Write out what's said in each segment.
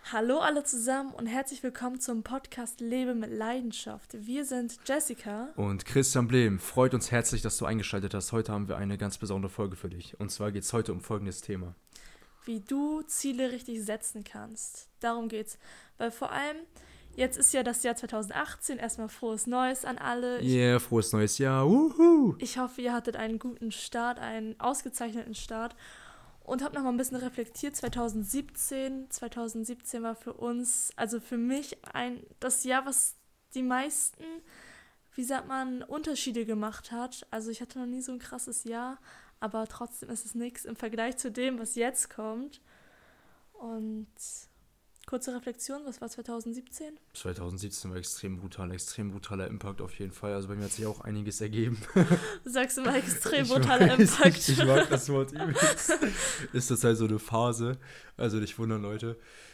Hallo alle zusammen und herzlich willkommen zum Podcast Lebe mit Leidenschaft. Wir sind Jessica und Christian Blehm. Freut uns herzlich, dass du eingeschaltet hast. Heute haben wir eine ganz besondere Folge für dich. Und zwar geht es heute um folgendes Thema. Wie du Ziele richtig setzen kannst. Darum geht's. Weil vor allem, jetzt ist ja das Jahr 2018. Erstmal frohes Neues an alle. Frohes neues Jahr. Wuhu! Ich hoffe, ihr hattet einen guten Start, einen ausgezeichneten Start. Und habe nochmal ein bisschen reflektiert. 2017 war für uns, also für mich, das Jahr, was die meisten, Unterschiede gemacht hat. Also ich hatte noch nie so ein krasses Jahr, aber trotzdem ist es nichts im Vergleich zu dem, was jetzt kommt. Und kurze Reflexion, was war 2017? 2017 war extrem brutaler Impact auf jeden Fall. Also bei mir hat sich auch einiges ergeben. Du sagst immer extrem brutaler Impact. Ich mag das Wort übelst. Ist das halt so eine Phase. Also nicht wundern, Leute.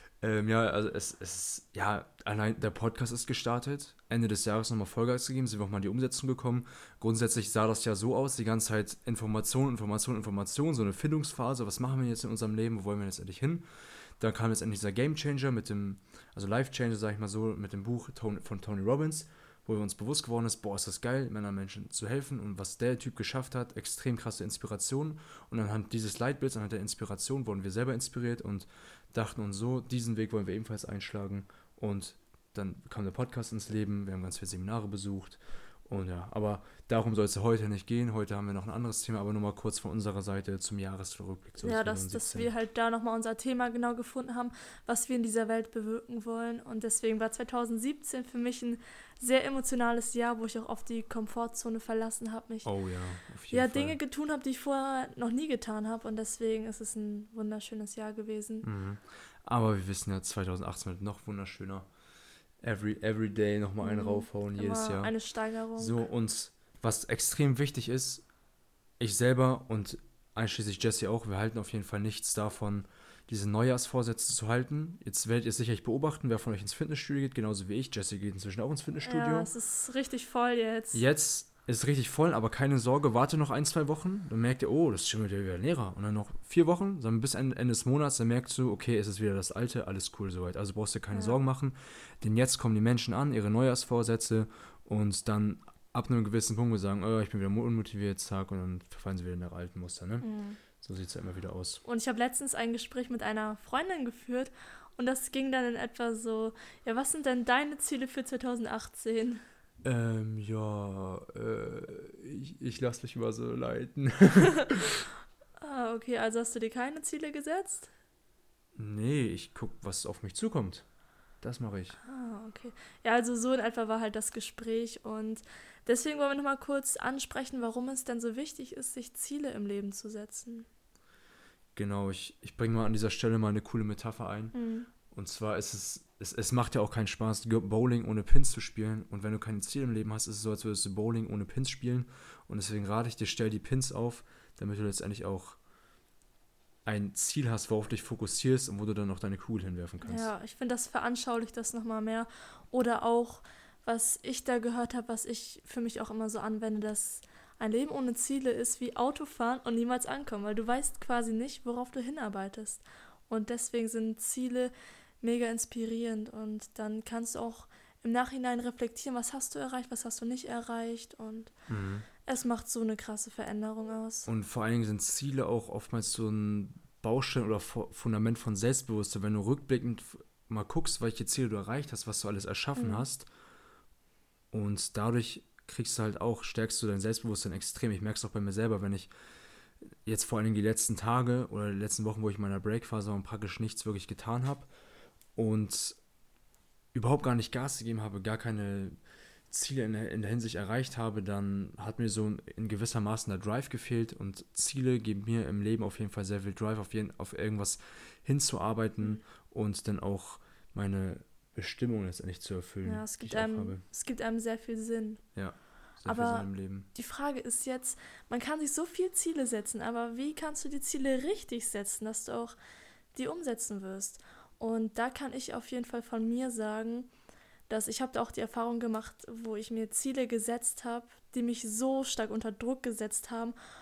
Allein der Podcast ist gestartet. Ende des Jahres nochmal Vollgas gegeben, sind wir auch mal in die Umsetzung gekommen. Grundsätzlich sah das ja so aus, die ganze Zeit Information, so eine Findungsphase. Was machen wir jetzt in unserem Leben? Wo wollen wir jetzt endlich hin? Dann kam jetzt endlich dieser Game Changer Life Changer, sag ich mal so, mit dem Buch von Tony Robbins, wo wir uns bewusst geworden ist, ist das geil, Menschen zu helfen, und was der Typ geschafft hat, extrem krasse Inspiration, und anhand dieses Leitbilds, anhand der Inspiration wurden wir selber inspiriert und dachten uns so, diesen Weg wollen wir ebenfalls einschlagen, und dann kam der Podcast ins Leben, wir haben ganz viele Seminare besucht. Und ja, aber darum soll es heute nicht gehen. Heute haben wir noch ein anderes Thema, aber nur mal kurz von unserer Seite zum Jahresrückblick. Ja, dass wir halt da nochmal unser Thema genau gefunden haben, was wir in dieser Welt bewirken wollen. Und deswegen war 2017 für mich ein sehr emotionales Jahr, wo ich auch oft die Komfortzone verlassen habe, mich auf jeden Fall Dinge getan habe, die ich vorher noch nie getan habe. Und deswegen ist es ein wunderschönes Jahr gewesen. Mhm. Aber wir wissen ja, 2018 wird noch wunderschöner. Every day nochmal einen raufhauen, jedes Jahr. Eine Steigerung. So, und was extrem wichtig ist, ich selber und einschließlich Jesse auch, wir halten auf jeden Fall nichts davon, diese Neujahrsvorsätze zu halten. Jetzt werdet ihr sicherlich beobachten, wer von euch ins Fitnessstudio geht, genauso wie ich. Jesse geht inzwischen auch ins Fitnessstudio. Ja, es ist richtig voll jetzt. Jetzt ist es richtig voll, aber keine Sorge, warte noch 1-2 Wochen, dann merkt ihr, das ist schon wieder leerer. Und dann noch 4 Wochen, dann bis Ende des Monats, dann merkst du, okay, es ist wieder das Alte, alles cool soweit. Also brauchst du dir keine Sorgen machen, denn jetzt kommen die Menschen an, ihre Neujahrsvorsätze, und dann ab einem gewissen Punkt wir sagen, ich bin wieder unmotiviert, zack, und dann verfallen sie wieder in ihre alten Muster, ne? Mhm. So sieht es ja immer wieder aus. Und ich habe letztens ein Gespräch mit einer Freundin geführt, und das ging dann in etwa so, was sind denn deine Ziele für 2018? Ich lasse mich immer so leiten. Okay, also hast du dir keine Ziele gesetzt? Nee, ich gucke, was auf mich zukommt. Das mache ich. Okay. Ja, also so in etwa war halt das Gespräch, und deswegen wollen wir nochmal kurz ansprechen, warum es denn so wichtig ist, sich Ziele im Leben zu setzen. Genau, ich bringe mal an dieser Stelle mal eine coole Metapher ein. Mhm. Und zwar ist es macht ja auch keinen Spaß, Bowling ohne Pins zu spielen. Und wenn du keine Ziele im Leben hast, ist es so, als würdest du Bowling ohne Pins spielen. Und deswegen rate ich dir, stell die Pins auf, damit du letztendlich auch ein Ziel hast, worauf du dich fokussierst und wo du dann auch deine Kugel hinwerfen kannst. Ja, ich finde, das veranschaulicht das nochmal mehr. Oder auch, was ich da gehört habe, was ich für mich auch immer so anwende, dass ein Leben ohne Ziele ist wie Autofahren und niemals ankommen, weil du weißt quasi nicht, worauf du hinarbeitest. Und deswegen sind Ziele mega inspirierend, und dann kannst du auch im Nachhinein reflektieren, was hast du erreicht, was hast du nicht erreicht, und es macht so eine krasse Veränderung aus. Und vor allen Dingen sind Ziele auch oftmals so ein Baustein oder Fundament von Selbstbewusstsein, wenn du rückblickend mal guckst, welche Ziele du erreicht hast, was du alles erschaffen hast, und dadurch stärkst du dein Selbstbewusstsein extrem. Ich merke es auch bei mir selber, wenn ich jetzt vor allen Dingen die letzten Tage oder die letzten Wochen, wo ich in meiner Breakphase war und praktisch nichts wirklich getan habe und überhaupt gar nicht Gas gegeben habe, gar keine Ziele in der Hinsicht erreicht habe, dann hat mir so in gewisser Maßen der Drive gefehlt, und Ziele geben mir im Leben auf jeden Fall sehr viel Drive, auf irgendwas hinzuarbeiten und dann auch meine Bestimmung letztendlich zu erfüllen. Ja, es gibt einem sehr viel Sinn. Ja, sehr viel Sinn im Leben. Die Frage ist jetzt, man kann sich so viele Ziele setzen, aber wie kannst du die Ziele richtig setzen, dass du auch die umsetzen wirst? Und da kann ich auf jeden Fall von mir sagen, dass ich habe da auch die Erfahrung gemacht, wo ich mir Ziele gesetzt habe, die mich so stark unter Druck gesetzt haben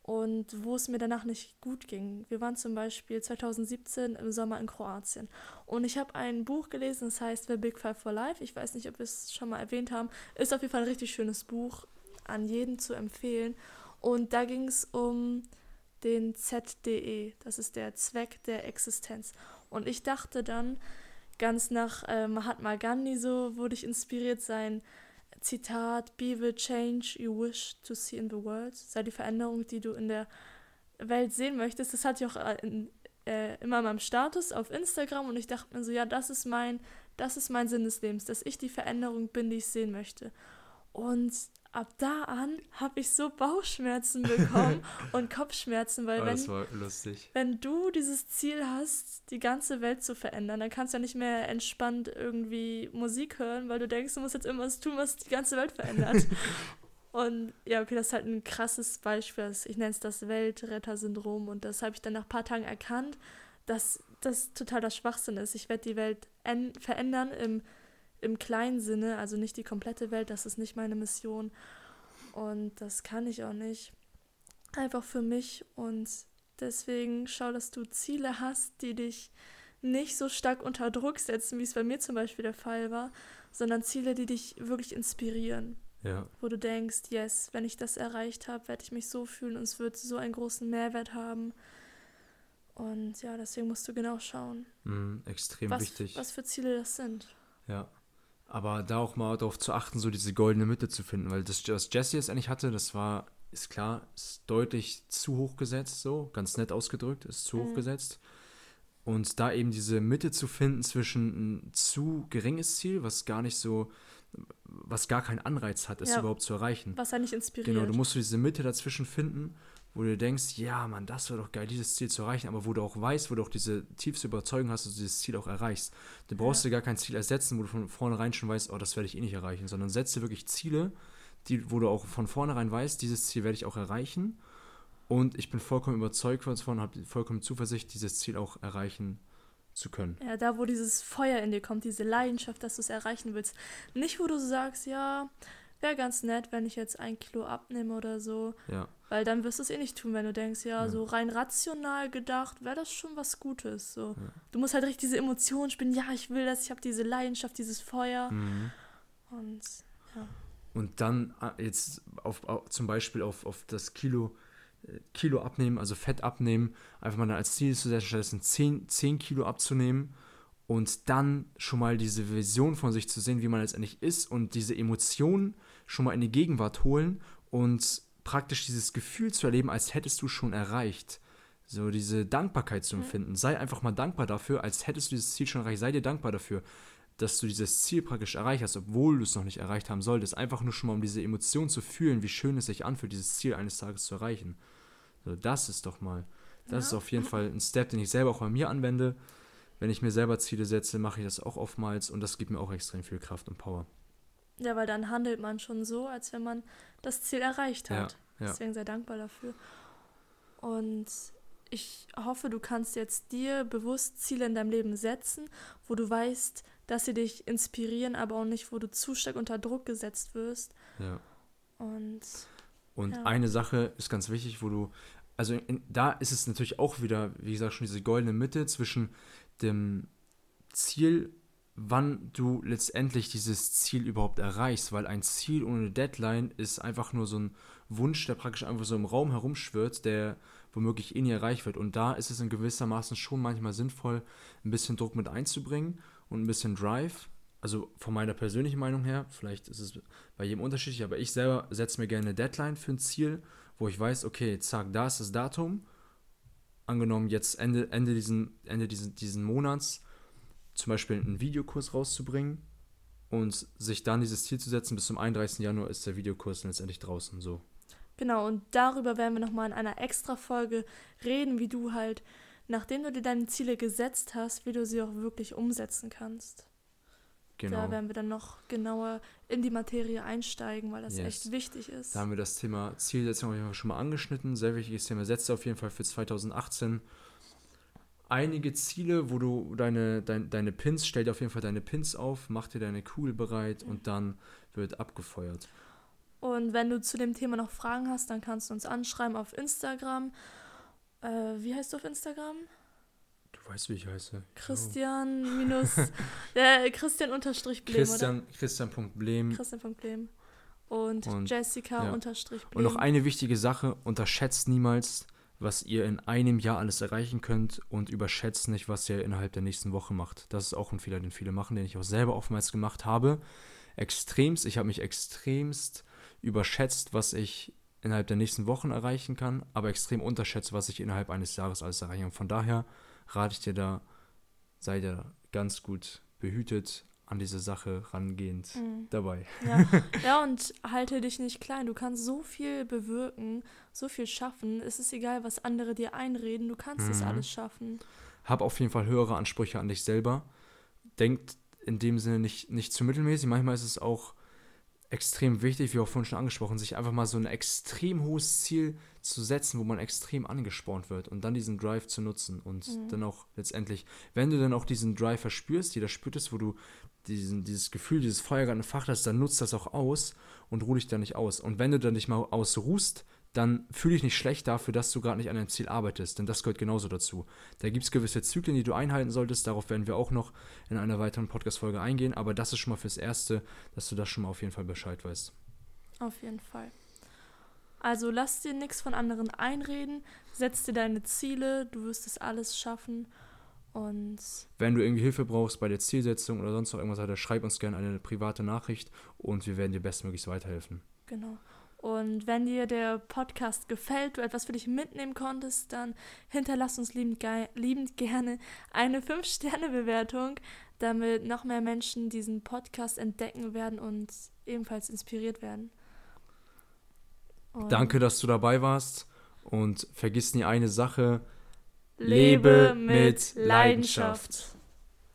und wo es mir danach nicht gut ging. Wir waren zum Beispiel 2017 im Sommer in Kroatien und ich habe ein Buch gelesen, das heißt The Big Five for Life. Ich weiß nicht, ob wir es schon mal erwähnt haben. Ist auf jeden Fall ein richtig schönes Buch, an jeden zu empfehlen. Und da ging es um den ZDE, das ist der Zweck der Existenz. Und ich dachte dann, ganz nach Mahatma Gandhi so, wurde ich inspiriert, sein Zitat, Be the change you wish to see in the world, sei die Veränderung, die du in der Welt sehen möchtest. Das hatte ich auch immer in meinem Status auf Instagram und ich dachte mir so, ja, das ist mein Sinn des Lebens, dass ich die Veränderung bin, die ich sehen möchte. Und ab da an habe ich so Bauchschmerzen bekommen und Kopfschmerzen, weil Das war lustig. wenn du dieses Ziel hast, die ganze Welt zu verändern, dann kannst du ja nicht mehr entspannt irgendwie Musik hören, weil du denkst, du musst jetzt irgendwas tun, was die ganze Welt verändert. Und ja, okay, das ist halt ein krasses Beispiel. Ich nenne es das Weltretter-Syndrom und das habe ich dann nach ein paar Tagen erkannt, dass das totaler Schwachsinn ist. Ich werde die Welt verändern im kleinen Sinne, also nicht die komplette Welt, das ist nicht meine Mission und das kann ich auch nicht. Einfach für mich und deswegen schau, dass du Ziele hast, die dich nicht so stark unter Druck setzen, wie es bei mir zum Beispiel der Fall war, sondern Ziele, die dich wirklich inspirieren. Ja. Wo du denkst, yes, wenn ich das erreicht habe, werde ich mich so fühlen und es wird so einen großen Mehrwert haben. Und ja, deswegen musst du genau schauen, Extrem wichtig. was für Ziele das sind. Ja. Aber da auch mal darauf zu achten, so diese goldene Mitte zu finden, weil das, was Jesse jetzt eigentlich hatte, ist klar, ist deutlich zu hoch gesetzt, so, ganz nett ausgedrückt, ist zu hoch gesetzt. Und da eben diese Mitte zu finden zwischen ein zu geringes Ziel, was gar keinen Anreiz hat, es überhaupt zu erreichen. Was er nicht inspiriert. Genau, du musst diese Mitte dazwischen finden, wo du denkst, ja, Mann, das wäre doch geil, dieses Ziel zu erreichen, aber wo du auch weißt, wo du auch diese tiefste Überzeugung hast, dass du dieses Ziel auch erreichst. Du brauchst dir gar kein Ziel ersetzen, wo du von vornherein schon weißt, oh, das werde ich eh nicht erreichen, sondern setze wirklich Ziele, wo du auch von vornherein weißt, dieses Ziel werde ich auch erreichen und ich bin vollkommen überzeugt davon, habe vollkommen Zuversicht, dieses Ziel auch erreichen zu können. Ja, da wo dieses Feuer in dir kommt, diese Leidenschaft, dass du es erreichen willst. Nicht, wo du sagst, ja, wäre ganz nett, wenn ich jetzt 1 Kilo abnehme oder so. Ja. Weil dann wirst du es eh nicht tun, wenn du denkst, ja, so rein rational gedacht, wäre das schon was Gutes. So. Ja. Du musst halt richtig diese Emotionen spielen, ja, ich will das, ich habe diese Leidenschaft, dieses Feuer. Und ja. Und dann jetzt zum Beispiel auf das Kilo abnehmen, also Fett abnehmen, einfach mal dann als Ziel zu setzen, stattdessen 10 Kilo abzunehmen und dann schon mal diese Vision von sich zu sehen, wie man letztendlich ist und diese Emotionen schon mal in die Gegenwart holen und praktisch dieses Gefühl zu erleben, als hättest du schon erreicht. So diese Dankbarkeit zu empfinden. Sei einfach mal dankbar dafür, als hättest du dieses Ziel schon erreicht. Sei dir dankbar dafür, dass du dieses Ziel praktisch erreicht hast, obwohl du es noch nicht erreicht haben solltest. Einfach nur schon mal, um diese Emotion zu fühlen, wie schön es sich anfühlt, dieses Ziel eines Tages zu erreichen. So, das ist auf jeden Fall ein Step, den ich selber auch bei mir anwende. Wenn ich mir selber Ziele setze, mache ich das auch oftmals und das gibt mir auch extrem viel Kraft und Power. Ja, weil dann handelt man schon so, als wenn man das Ziel erreicht hat. Ja. Deswegen sei dankbar dafür. Und ich hoffe, du kannst jetzt dir bewusst Ziele in deinem Leben setzen, wo du weißt, dass sie dich inspirieren, aber auch nicht, wo du zu stark unter Druck gesetzt wirst. Ja. Und eine Sache ist ganz wichtig, da ist es natürlich auch wieder, wie gesagt, schon diese goldene Mitte zwischen dem Ziel, wann du letztendlich dieses Ziel überhaupt erreichst, weil ein Ziel ohne eine Deadline ist einfach nur so ein Wunsch, der praktisch einfach so im Raum herumschwirrt, der womöglich nie erreicht wird. Und da ist es in gewissermaßen schon manchmal sinnvoll, ein bisschen Druck mit einzubringen und ein bisschen Drive. Also von meiner persönlichen Meinung her, vielleicht ist es bei jedem unterschiedlich, aber ich selber setze mir gerne eine Deadline für ein Ziel, wo ich weiß, okay, zack, da ist das Datum. Angenommen, jetzt Ende diesen Monats zum Beispiel einen Videokurs rauszubringen und sich dann dieses Ziel zu setzen, bis zum 31. Januar ist der Videokurs letztendlich draußen, so. Genau, und darüber werden wir nochmal in einer Extra-Folge reden, wie du halt, nachdem du dir deine Ziele gesetzt hast, wie du sie auch wirklich umsetzen kannst. Genau. Da werden wir dann noch genauer in die Materie einsteigen, weil das echt wichtig ist. Da haben wir das Thema Zielsetzung auf jeden Fall schon mal angeschnitten. Sehr wichtiges Thema. Setze auf jeden Fall für 2018 einige Ziele, wo du deine Pins, stell dir auf jeden Fall deine Pins auf, mach dir deine Kugel bereit und dann wird abgefeuert. Und wenn du zu dem Thema noch Fragen hast, dann kannst du uns anschreiben auf Instagram. Wie heißt du auf Instagram? Du weißt, wie ich heiße. Christian Christian_Blem, oder? Christian.Blem. Christian.Blem. Und Jessica_Blem. Und noch eine wichtige Sache, unterschätzt niemals, was ihr in einem Jahr alles erreichen könnt und überschätzt nicht, was ihr innerhalb der nächsten Woche macht. Das ist auch ein Fehler, den viele machen, den ich auch selber oftmals gemacht habe. Ich habe mich extremst überschätzt, was ich innerhalb der nächsten Wochen erreichen kann, aber extrem unterschätzt, was ich innerhalb eines Jahres alles erreiche. Und von daher rate ich dir da, sei da ganz gut behütet, an diese Sache rangehend dabei. Ja, und halte dich nicht klein. Du kannst so viel bewirken, so viel schaffen. Es ist egal, was andere dir einreden. Du kannst es alles schaffen. Hab auf jeden Fall höhere Ansprüche an dich selber. Denk in dem Sinne nicht zu mittelmäßig. Manchmal ist es auch extrem wichtig, wie auch vorhin schon angesprochen, sich einfach mal so ein extrem hohes Ziel zu setzen, wo man extrem angespornt wird und dann diesen Drive zu nutzen und dann auch letztendlich, wenn du dann auch diesen Drive verspürst, jeder spürt es, wo du dieses Gefühl, dieses Feuer gerade entfacht hast, dann nutzt das auch aus und ruh dich da nicht aus. Und wenn du dann nicht mal ausruhst, dann fühle dich nicht schlecht dafür, dass du gerade nicht an deinem Ziel arbeitest, denn das gehört genauso dazu. Da gibt es gewisse Zyklen, die du einhalten solltest, darauf werden wir auch noch in einer weiteren Podcast-Folge eingehen, aber das ist schon mal fürs Erste, dass du das schon mal auf jeden Fall Bescheid weißt. Auf jeden Fall. Also lass dir nichts von anderen einreden, setz dir deine Ziele, du wirst es alles schaffen und... Wenn du irgendwie Hilfe brauchst bei der Zielsetzung oder sonst noch irgendwas, schreib uns gerne eine private Nachricht und wir werden dir bestmöglichst weiterhelfen. Genau. Und wenn dir der Podcast gefällt, du etwas für dich mitnehmen konntest, dann hinterlass uns liebend gerne eine 5-Sterne-Bewertung, damit noch mehr Menschen diesen Podcast entdecken werden und ebenfalls inspiriert werden. Und danke, dass du dabei warst und vergiss nie eine Sache: lebe mit Leidenschaft.